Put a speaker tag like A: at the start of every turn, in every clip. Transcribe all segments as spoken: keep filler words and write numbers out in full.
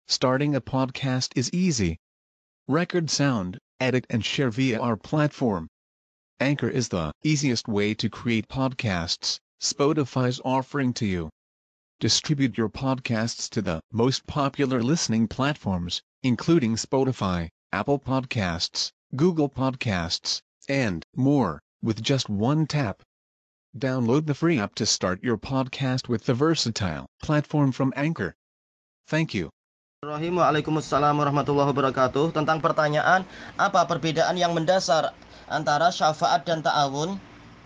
A: Starting a podcast is easy. Record sound, edit and share via our platform. Anchor is the easiest way to create podcasts Spotify's offering to you. Distribute your podcasts to the most popular listening platforms, including Spotify, Apple Podcasts, Google Podcasts, and more, with just one tap. Download the free app to start your podcast with the versatile platform from Anchor. Thank you.
B: Waalaikumsalam warahmatullahi wabarakatuh. Tentang pertanyaan, apa perbedaan yang mendasar antara syafaat dan ta'awun?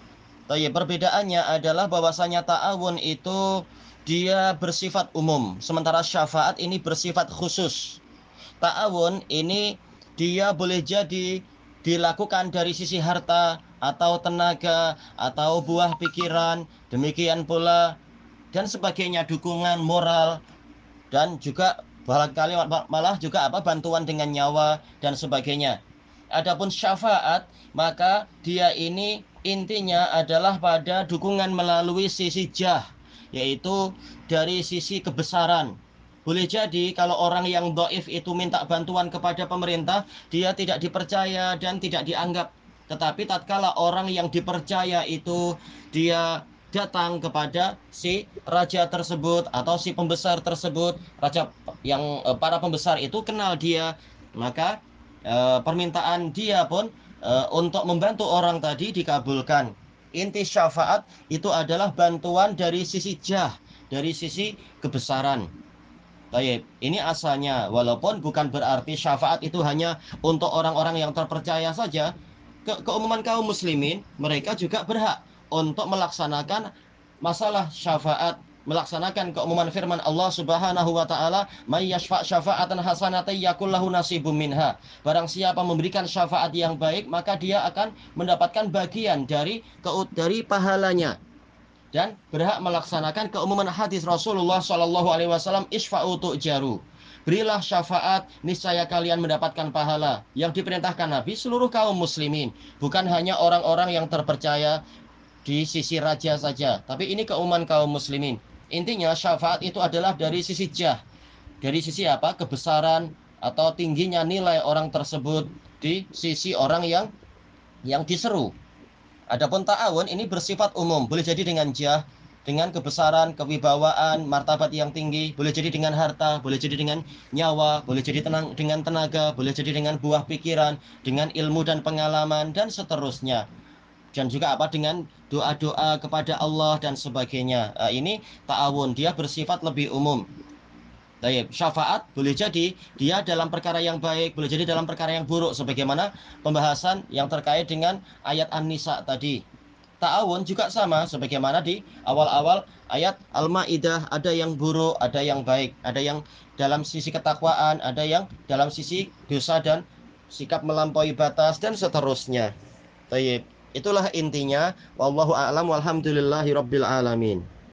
B: Tapi perbedaannya adalah bahwasanya ta'awun itu dia bersifat umum, sementara syafaat ini bersifat khusus. Ta'awun ini dia boleh jadi dilakukan dari sisi harta atau tenaga atau buah pikiran, demikian pula dan sebagainya, dukungan moral dan juga barangkali malah juga apa bantuan dengan nyawa dan sebagainya. Adapun syafaat, maka dia ini intinya adalah pada dukungan melalui sisi jah, yaitu dari sisi kebesaran. Boleh jadi kalau orang yang dhaif itu minta bantuan kepada pemerintah, dia tidak dipercaya dan tidak dianggap. Tetapi tatkala orang yang dipercaya itu dia datang kepada si raja tersebut atau si pembesar tersebut, raja yang eh, para pembesar itu kenal dia, maka eh, permintaan dia pun eh, untuk membantu orang tadi dikabulkan. Inti syafaat itu adalah bantuan dari sisi jah, dari sisi kebesaran. Baik, ini asalnya, walaupun bukan berarti syafaat itu hanya untuk orang-orang yang terpercaya saja. Ke keumuman kaum muslimin, mereka juga berhak untuk melaksanakan masalah syafaat, melaksanakan keumuman firman Allah Subhanahu wa taala, "May yashfa' syafa'atan hasanatan yakul lahu nasibum minha." Barang siapa memberikan syafaat yang baik, maka dia akan mendapatkan bagian dari dari pahalanya dan berhak melaksanakan keumuman hadis Rasulullah Shallallahu Alaihi Wasallam, isfa'u tu'jaru. Berilah syafaat, niscaya kalian mendapatkan pahala. Yang diperintahkan Nabi seluruh kaum muslimin, bukan hanya orang-orang yang terpercaya di sisi raja saja, tapi ini keumuman kaum muslimin. Intinya syafaat itu adalah dari sisi jah, dari sisi apa? Kebesaran atau tingginya nilai orang tersebut di sisi orang yang yang diseru. Adapun ta'awun ini bersifat umum, boleh jadi dengan jah, dengan kebesaran, kewibawaan, martabat yang tinggi, boleh jadi dengan harta, boleh jadi dengan nyawa, boleh jadi tenang, dengan tenaga, boleh jadi dengan buah pikiran, dengan ilmu dan pengalaman, dan seterusnya. Dan juga apa dengan doa-doa kepada Allah dan sebagainya. Nah, ini ta'awun, dia bersifat lebih umum. Baik, syafaat boleh jadi dia dalam perkara yang baik, boleh jadi dalam perkara yang buruk, sebagaimana pembahasan yang terkait dengan ayat An-Nisa tadi. Ta'awun juga sama, sebagaimana di awal-awal ayat Al-Maidah, ada yang buruk, ada yang baik, ada yang dalam sisi ketakwaan, ada yang dalam sisi dosa dan sikap melampaui batas dan seterusnya. Baik, itulah intinya. Wallahu a'lam walhamdulillahi rabbil alamin.